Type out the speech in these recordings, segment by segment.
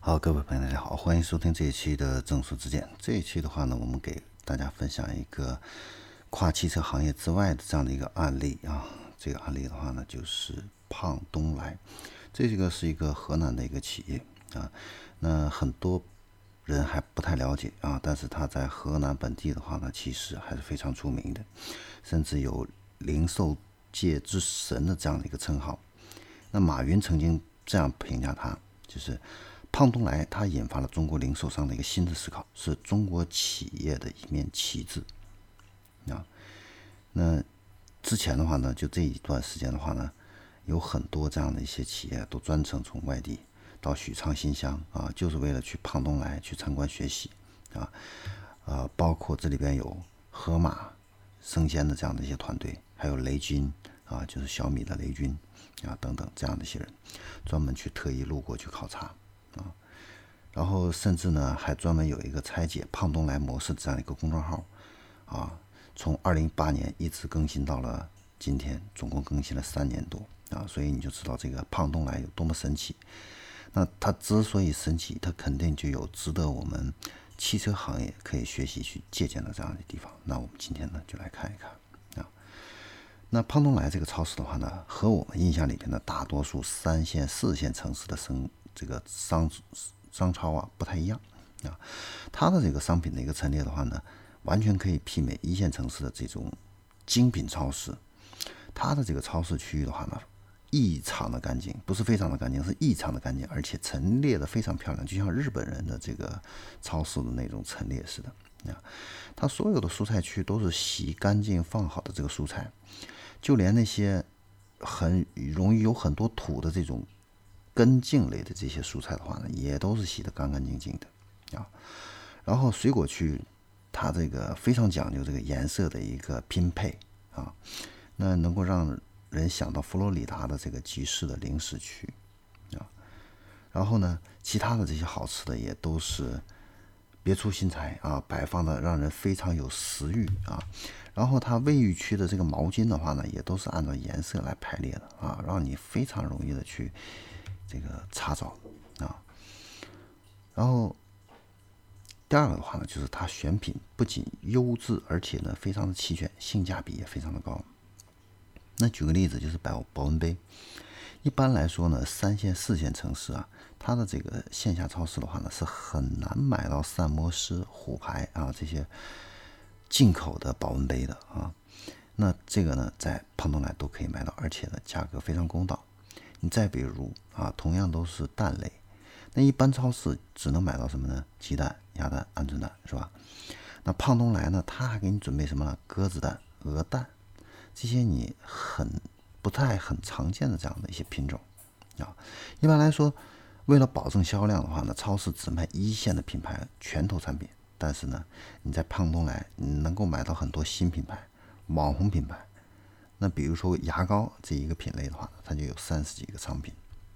好，各位朋友，大家好，欢迎收听这一期的正说之见。这一期的话呢，我们给大家分享一个跨汽车行业之外的这样的一个案例啊。这个案例的话呢，就是胖东来，这个是一个河南的一个企业啊。那很多人还不太了解啊，但是他在河南本地的话呢，其实还是非常出名的，甚至有零售界之神的这样的一个称号。那马云曾经这样评价他，就是胖东来他引发了中国零售商的一个新的思考，是中国企业的一面旗帜啊。那之前的话呢，就这一段时间的话呢，有很多这样的一些企业都专程从外地到许昌新乡啊，就是为了去胖东来去参观学习啊。包括这里边有盒马生鲜的这样的一些团队，还有雷军啊，就是小米的雷军啊等等这样的一些人，专门去特意路过去考察啊。然后甚至呢，还专门有一个拆解胖东来模式这样的一个公众号啊，从2018年一直更新到了今天，总共更新了3年多啊，所以你就知道这个胖东来有多么神奇。那它之所以神奇，它肯定就有值得我们汽车行业可以学习去借鉴的这样的地方。那我们今天呢，就来看一看啊。那胖东来这个超市的话呢，和我们印象里边的大多数3线、4线城市的这个商超啊不太一样啊。它的这个商品的一个陈列的话呢，完全可以媲美1线城市的这种精品超市。它的这个超市区域的话呢，异常的干净，不是非常的干净，是异常的干净，而且陈列的非常漂亮，就像日本人的这个超市的那种陈列似的啊。它所有的蔬菜区都是洗干净放好的这个蔬菜，就连那些很容易有很多土的这种根茎类的这些蔬菜的话呢，也都是洗得干干净净的啊。然后水果区，它这个非常讲究这个颜色的一个拼配啊，那能够让人想到佛罗里达的这个集市的零食区啊。然后呢，其他的这些好吃的也都是别出心裁啊，摆放的让人非常有食欲啊。然后它卫浴区的这个毛巾的话呢，也都是按照颜色来排列的啊，让你非常容易的去这个查找啊。然后第二个的话呢，就是它选品不仅优质，而且呢非常的齐全，性价比也非常的高。那举个例子，就是保温杯。一般来说呢，3线、4线城市啊，它的这个线下超市的话呢，是很难买到萨摩斯、虎牌啊这些进口的保温杯的啊。那这个呢，在胖东来都可以买到，而且呢，价格非常公道。你再比如啊，同样都是蛋类，那一般超市只能买到什么呢？鸡蛋、鸭蛋、鹌鹑蛋，是吧？那胖东来呢，他还给你准备什么呢？鸽子蛋、鹅蛋，这些你不太很常见的这样的一些品种啊。一般来说，为了保证销量的话呢，超市只卖1线的品牌拳头产品。但是呢，你在胖东来你能够买到很多新品牌、网红品牌。那比如说牙膏这一个品类的话，它就有30几个商品。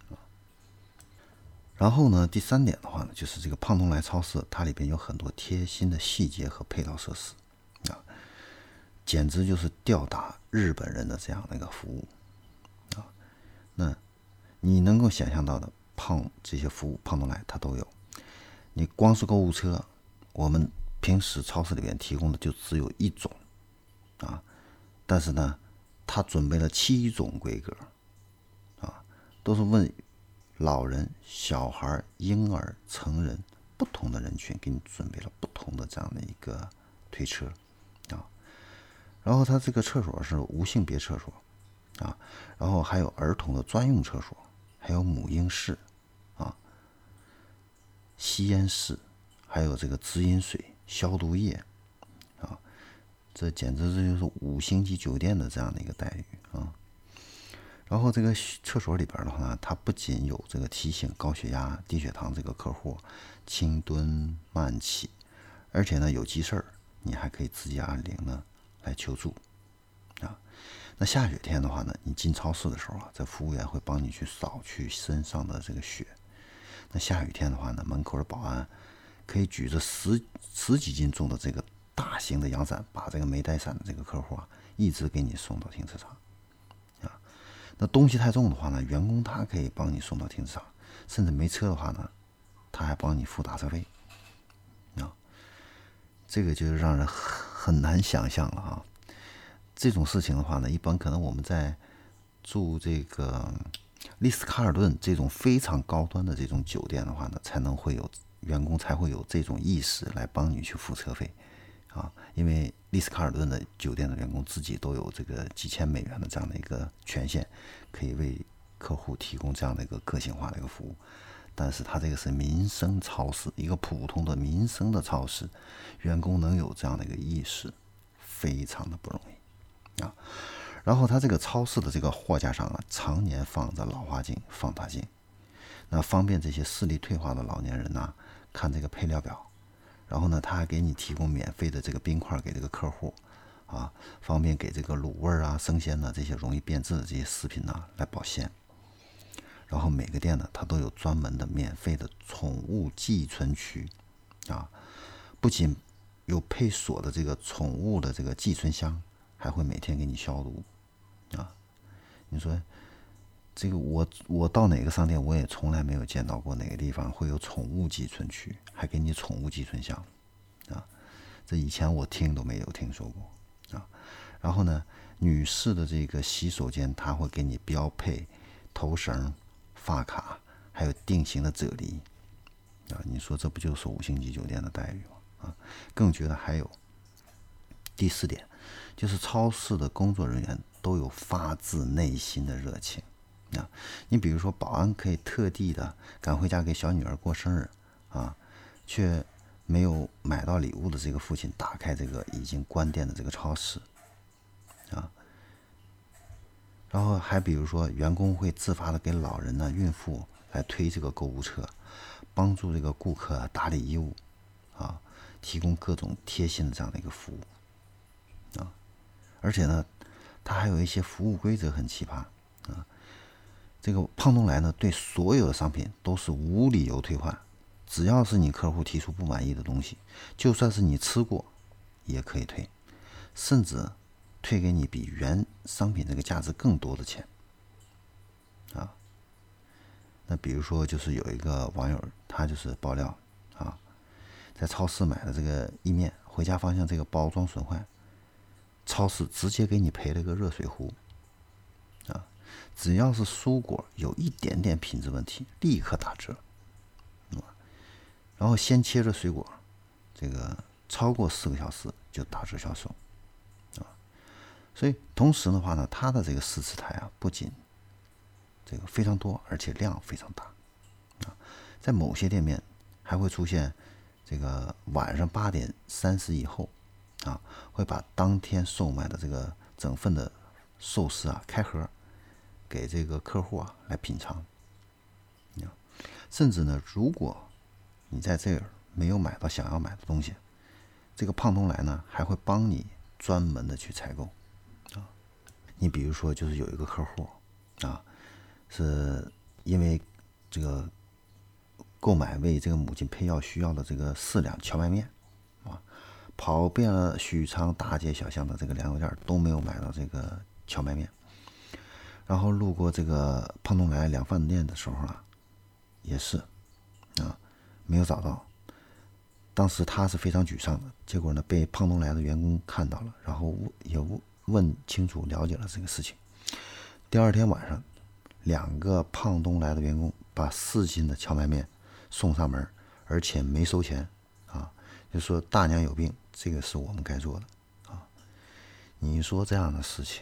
然后呢，第3点的话呢，就是这个胖东来超市，它里边有很多贴心的细节和配套设施啊，简直就是吊打日本人的这样的一个服务啊。那你能够想象到的这些服务，胖东来它都有。你光是购物车，我们平时超市里边提供的就只有1种啊，但是呢，它准备了7种规格啊，都是为老人、小孩、婴儿、成人不同的人群给你准备了不同的这样的一个推车啊。然后它这个厕所是无性别厕所啊，然后还有儿童的专用厕所，还有母婴室啊、吸烟室，还有这个直饮水、消毒液啊，这简直这就是5星级酒店的这样的一个待遇啊。然后这个厕所里边的话呢，它不仅有这个提醒高血压、低血糖这个客户轻蹲慢起，而且呢有急事儿，你还可以直接按铃呢来求助啊。那下雪天的话呢，你进超市的时候啊，这服务员会帮你去扫去身上的这个雪。那下雨天的话呢，门口的保安可以举着十几斤重的这个大型的阳伞，把这个没带伞的这个客户啊，一直给你送到停车场。那东西太重的话呢，员工他可以帮你送到停车场，甚至没车的话呢， 他还帮你付打车费啊，这个就让人很难想象了啊。这种事情的话呢，一般可能我们在住这个丽思卡尔顿这种非常高端的这种酒店的话呢，才能会有员工才会有这种意识来帮你去付车费啊，因为丽思卡尔顿的酒店的员工自己都有这个几千美元的这样的一个权限，可以为客户提供这样的一个个性化的一个服务。但是他这个是民生超市，一个普通的民生的超市，员工能有这样的一个意识，非常的不容易啊。然后他这个超市的这个货架上啊，常年放着老花镜、放大镜，那方便这些视力退化的老年人呐看这个配料表。然后呢，他还给你提供免费的这个冰块给这个客户啊，方便给这个卤味啊、生鲜这些容易变质的这些食品来保鲜。然后每个店呢，它都有专门的免费的宠物寄存区啊，不仅有配锁的这个宠物的这个寄存箱，还会每天给你消毒啊。你说这个我到哪个商店我也从来没有见到过哪个地方会有宠物寄存区，还给你宠物寄存箱啊，这以前我听都没有听说过啊。然后呢，女士的这个洗手间，它会给你标配头绳、发卡，还有定型的啫喱啊。你说这不就是5星级酒店的待遇吗？啊，更觉得还有第4点，就是超市的工作人员都有发自内心的热情啊。你比如说，保安可以特地的赶回家给小女儿过生日啊，却没有买到礼物的这个父亲打开这个已经关店的这个超市啊。然后还比如说，员工会自发的给老人呢、孕妇来推这个购物车，帮助这个顾客打理衣物啊，提供各种贴心的这样的一个服务啊。而且呢，它还有一些服务规则很奇葩啊。这个胖东来呢，对所有的商品都是无理由退换，只要是你客户提出不满意的东西，就算是你吃过也可以退，甚至退给你比原商品这个价值更多的钱啊。那比如说，就是有一个网友，他就是爆料啊，在超市买的这个意面，回家发现这个包装损坏，超市直接给你赔了个热水壶啊。只要是蔬果有一点点品质问题，立刻打折。然后先切的水果，这个超过4个小时就打折销售啊。所以同时的话呢，它的这个试吃台啊，不仅这个非常多，而且量非常大啊。在某些店面还会出现这个晚上8点30以后啊，会把当天售卖的这个整份的寿司啊开盒给这个客户来品尝。甚至呢，如果你在这儿没有买到想要买的东西，这个胖东来呢还会帮你专门的去采购啊。你比如说，就是有一个客户啊，是因为这个购买为这个母亲配药需要的这个4两荞麦面啊，跑遍了许昌大街小巷的这个粮油店都没有买到这个荞麦面。然后路过这个胖东来两饭店的时候啊，也是啊，没有找到。当时他是非常沮丧的，结果呢被胖东来的员工看到了，然后也问清楚了解了这个事情。第2天晚上，2个胖东来的员工把4斤的荞麦面送上门，而且没收钱啊，就说大娘有病，这个是我们该做的啊。你说这样的事情，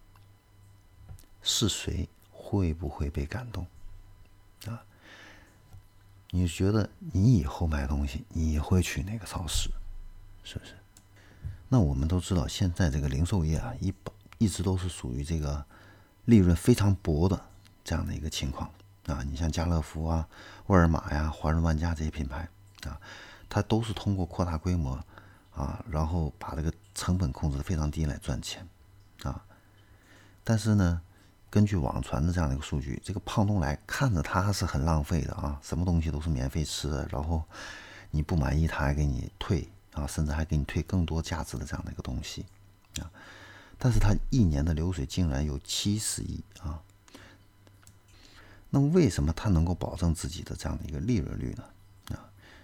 是谁会不会被感动啊？你觉得你以后买东西，你会去哪个超市？是不是？那我们都知道，现在这个零售业啊，一直都是属于这个利润非常薄的这样的一个情况啊。你像家乐福啊、沃尔玛呀、华润万家这些品牌啊，它都是通过扩大规模啊，然后把这个成本控制得非常低来赚钱啊。但是呢，根据网传的这样的一个数据，这个胖东来看着他是很浪费的啊，什么东西都是免费吃的，然后你不满意他还给你退啊，甚至还给你退更多价值的这样的一个东西啊。但是他1年的流水竟然有70亿啊，那为什么他能够保证自己的这样的一个利润率呢？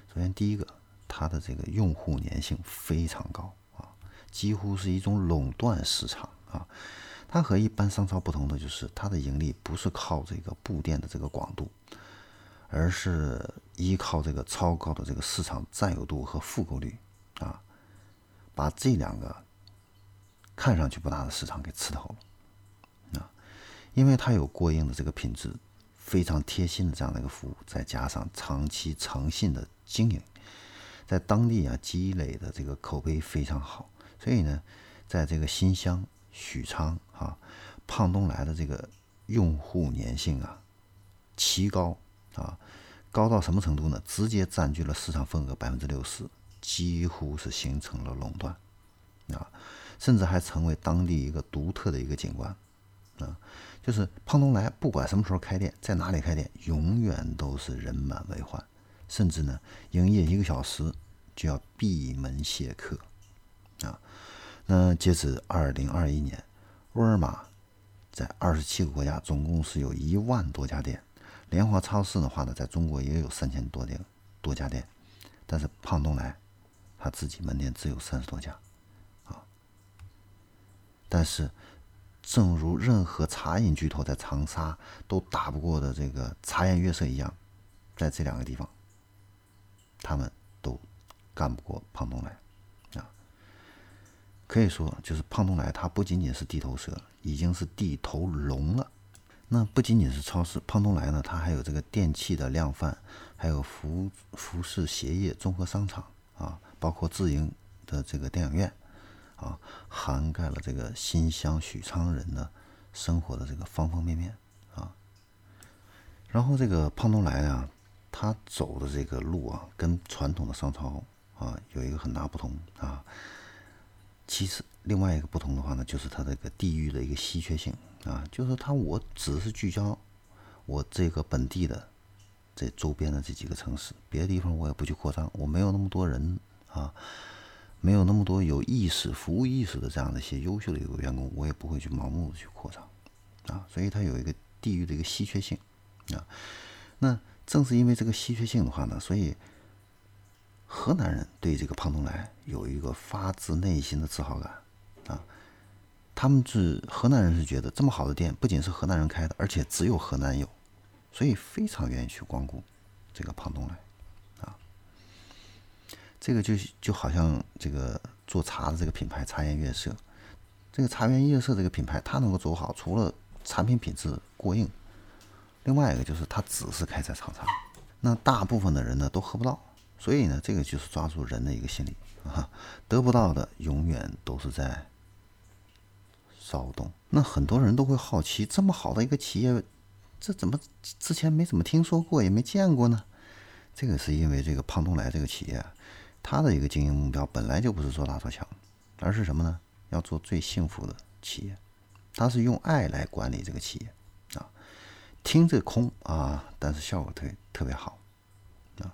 首先第一个，它的这个用户粘性非常高啊，几乎是一种垄断市场啊。它和一般商超不同的就是，它的盈利不是靠这个布店的这个广度，而是依靠这个超高的这个市场占有度和复购率啊，把这两个看上去不大的市场给吃透了啊。因为它有过硬的这个品质，非常贴心的这样的一个服务，再加上长期诚信的经营，在当地啊积累的这个口碑非常好，所以呢，在这个新乡、许昌啊、胖东来的这个用户粘性啊奇高啊，高到什么程度呢？直接占据了市场份额60%，几乎是形成了垄断啊，甚至还成为当地一个独特的一个景观啊。就是胖东来不管什么时候开店，在哪里开店，永远都是人满为患，甚至呢，营业1个小时就要闭门谢客啊。那截止2021年，沃尔玛在27个国家总共是有1万多家店，联华超市的话呢，在中国也有3000多家店，但是胖东来他自己门店只有30多家啊。但是正如任何茶饮巨头在长沙都打不过的这个茶颜悦色一样，在这两个地方，他们都干不过胖东来啊。可以说，就是胖东来，它不仅仅是地头蛇，已经是地头龙了。那不仅仅是超市，胖东来呢，它还有这个电器的量贩，还有服饰鞋业综合商场啊，包括自营的这个电影院。啊，涵盖了这个新乡许昌人的生活的这个方方面面啊。然后这个胖东来啊，他走的这个路啊，跟传统的商超啊有一个很大不同啊。其实另外一个不同的话呢，就是它这个地域的一个稀缺性啊，就是我只是聚焦我这个本地的这周边的这几个城市，别的地方我也不去扩张，我没有那么多人啊。没有那么多有意识、服务意识的这样的一些优秀的一个员工，我也不会去盲目的去扩张啊，所以它有一个地域的一个稀缺性啊。那正是因为这个稀缺性的话呢，所以河南人对这个胖东来有一个发自内心的自豪感啊。河南人是觉得这么好的店不仅是河南人开的，而且只有河南有，所以非常愿意去光顾这个胖东来。这个就好像这个做茶的这个品牌茶颜悦色，这个茶颜悦色这个品牌它能够走好，除了产品品质过硬，另外一个就是它只是开在长沙，那大部分的人呢都喝不到，所以呢这个就是抓住人的一个心理啊，得不到的永远都是在骚动。那很多人都会好奇，这么好的一个企业，这怎么之前没怎么听说过，也没见过呢？这个是因为这个胖东来这个企业，它的一个经营目标本来就不是做大做强，而是什么呢？要做最幸福的企业。它是用爱来管理这个企业啊，听着空啊，但是效果特别好啊。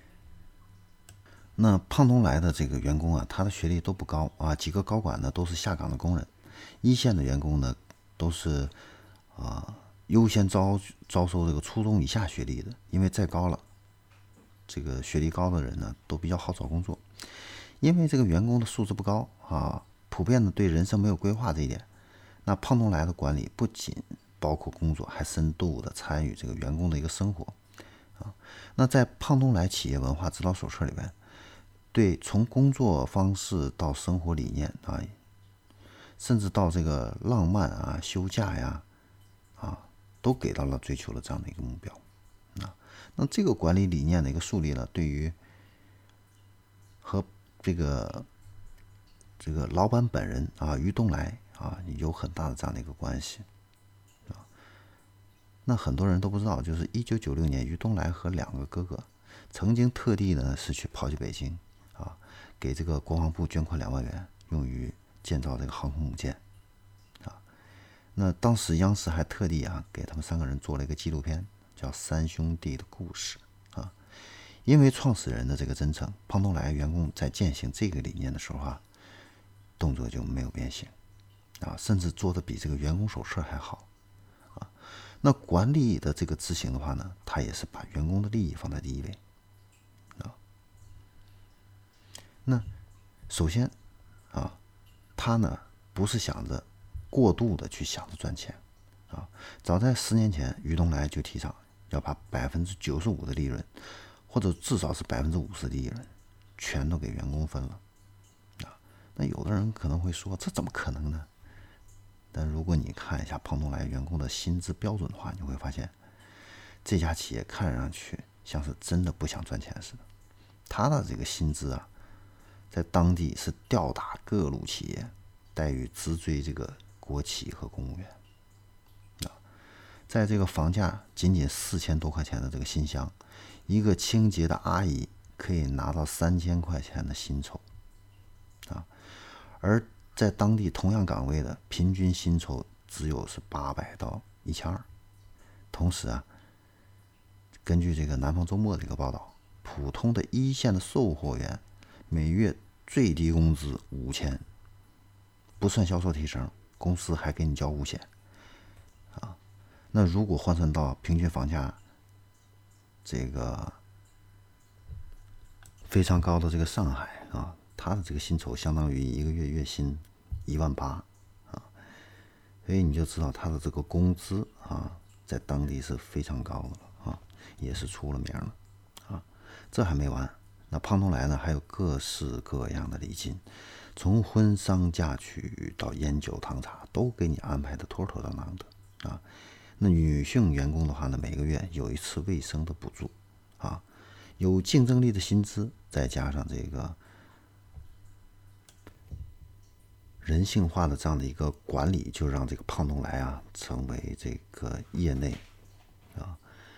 那胖东来的这个员工啊，他的学历都不高啊，几个高管呢都是下岗的工人，一线的员工呢都是优先招收这个初中以下学历的，因为再高了，这个学历高的人呢都比较好找工作。因为这个员工的素质不高啊，普遍的对人生没有规划这一点，那胖东来的管理不仅包括工作，还深度的参与这个员工的一个生活啊。那在胖东来企业文化指导手册里边，对从工作方式到生活理念啊，甚至到这个浪漫啊、休假呀都给到了追求的这样的一个目标啊。那这个管理理念的一个树立呢，对于和这个老板本人啊，于东来啊，有很大的这样的一个关系啊。那很多人都不知道，就是1996年，于东来和2个哥哥曾经特地呢是去跑去北京啊，给这个国防部捐款2万元，用于建造这个航空母舰啊。那当时央视还特地给他们3个人做了一个纪录片，叫《三兄弟的故事》啊。因为创始人的这个真诚，胖东来员工在践行这个理念的时候动作就没有变形啊，甚至做的比这个员工手册还好啊。那管理的这个执行的话呢，他也是把员工的利益放在第一位啊。 首先啊，他呢不是想着过度的去想着赚钱啊。早在10年前，于东来就提倡要把95%的利润，或者至少是50%的利润，全都给员工分了啊。那有的人可能会说，这怎么可能呢？但如果你看一下胖东来员工的薪资标准的话，你会发现这家企业看上去像是真的不想赚钱似的。他的这个薪资啊，在当地是吊打各路企业，待遇直追这个国企和公务员啊。在这个房价仅4000多块钱的这个新乡，一个清洁的阿姨可以拿到3000块钱的薪酬啊，而在当地同样岗位的平均薪酬只有是800到1200。同时啊，根据这个南方周末的一个报道，普通的一线的售货员每月最低工资5000，不算销售提成，公司还给你交五险啊。那如果换算到平均房价这个非常高的这个上海啊，他的这个薪酬相当于一个月月薪18000啊，所以你就知道他的这个工资啊，在当地是非常高的了啊，也是出了名了啊。这还没完，那胖东来呢还有各式各样的礼金，从婚丧嫁娶到烟酒糖茶都给你安排的妥妥当当的啊。那女性员工的话呢，每个月有一次卫生的补助啊，有竞争力的薪资，再加上这个人性化的这样的一个管理，就让这个胖东来啊成为这个业内啊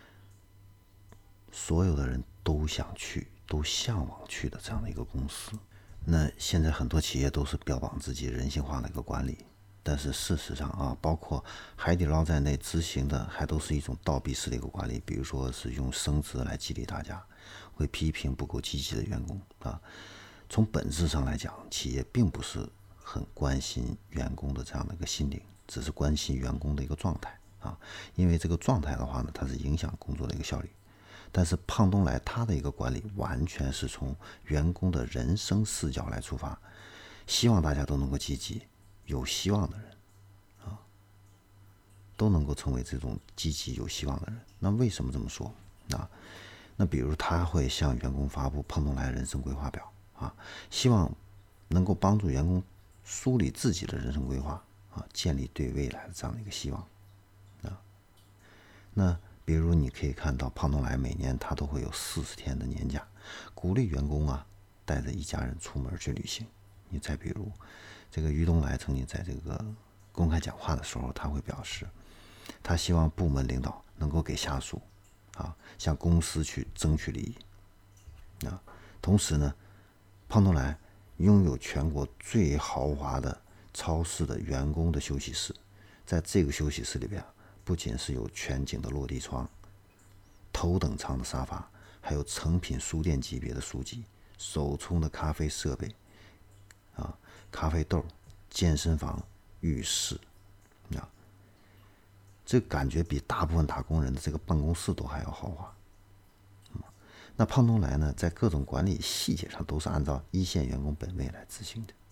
所有的人都想去、都向往去的这样的一个公司。那现在很多企业都是标榜自己人性化的一个管理，但是事实上啊，包括海底捞在内执行的还都是一种倒逼式的一个管理，比如说是用升职来激励大家，会批评不够积极的员工啊。从本质上来讲，企业并不是很关心员工的这样的一个心灵，只是关心员工的一个状态啊。因为这个状态的话呢，它是影响工作的一个效率。但是胖东来他的一个管理完全是从员工的人生视角来出发，希望大家都能够积极、有希望的人啊，都能够成为这种积极有希望的人。那为什么这么说啊？那比如他会向员工发布胖东来人生规划表啊，希望能够帮助员工梳理自己的人生规划啊，建立对未来的这样的一个希望啊。那比如你可以看到胖东来每年他都会有40天的年假，鼓励员工啊带着一家人出门去旅行。你再比如这个于东来曾经在这个公开讲话的时候，他会表示他希望部门领导能够给下属啊向公司去争取利益啊。同时呢，胖东来拥有全国最豪华的超市的员工的休息室，在这个休息室里边不仅是有全景的落地窗、头等舱的沙发，还有成品书店级别的书籍、手冲的咖啡设备啊、咖啡豆、健身房、浴室啊，这感觉比大部分打工人的这个办公室都还要豪华。那胖东来呢，在各种管理细节上都是按照一线员工本位来执行的。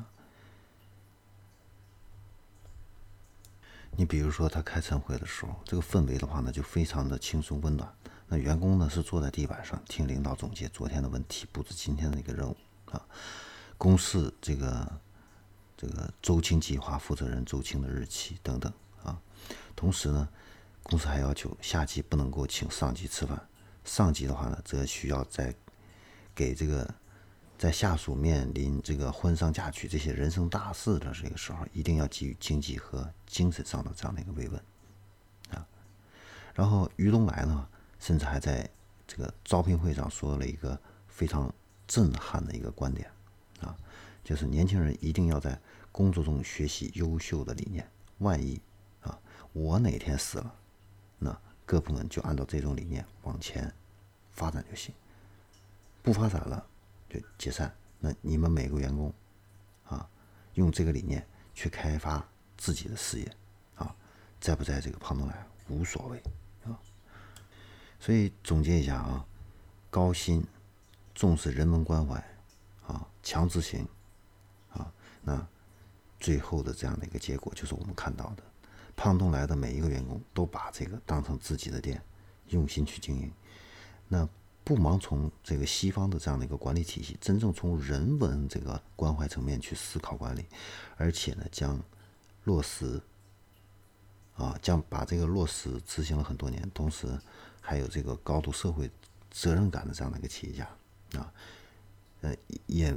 你比如说他开晨会的时候，这个氛围的话呢，就非常的轻松温暖。那员工呢是坐在地板上听领导总结昨天的问题，布置今天的一个任务啊。公示这个周清计划负责人周清的日期等等啊。同时呢，公司还要求下级不能够请上级吃饭，上级的话呢，则需要给这个在下属面临这个婚丧嫁娶这些人生大事的这个时候，一定要给予经济和精神上的这样的一个慰问啊。然后于东来呢，甚至还在这个招聘会上说了一个非常震撼的一个观点啊，就是年轻人一定要在工作中学习优秀的理念，万一啊我哪天死了，那各部门就按照这种理念往前发展就行，不发展了就解散。那你们每个员工啊，用这个理念去开发自己的事业啊，在不在这个胖东来无所谓啊。所以总结一下啊，高薪，重视人文关怀强执行那最后的这样的一个结果就是我们看到的，胖东来的每一个员工都把这个当成自己的店，用心去经营。那不盲从这个西方的这样的一个管理体系，真正从人文这个关怀层面去思考管理，而且呢将落实将把这个落实执行了很多年，同时还有这个高度社会责任感的这样的一个企业家也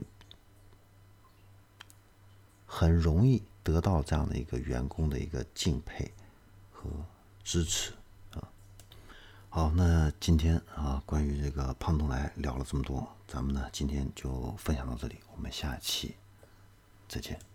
很容易得到这样的一个员工的一个敬佩和支持好，那今天关于这个胖东来聊了这么多，咱们呢今天就分享到这里，我们下期再见。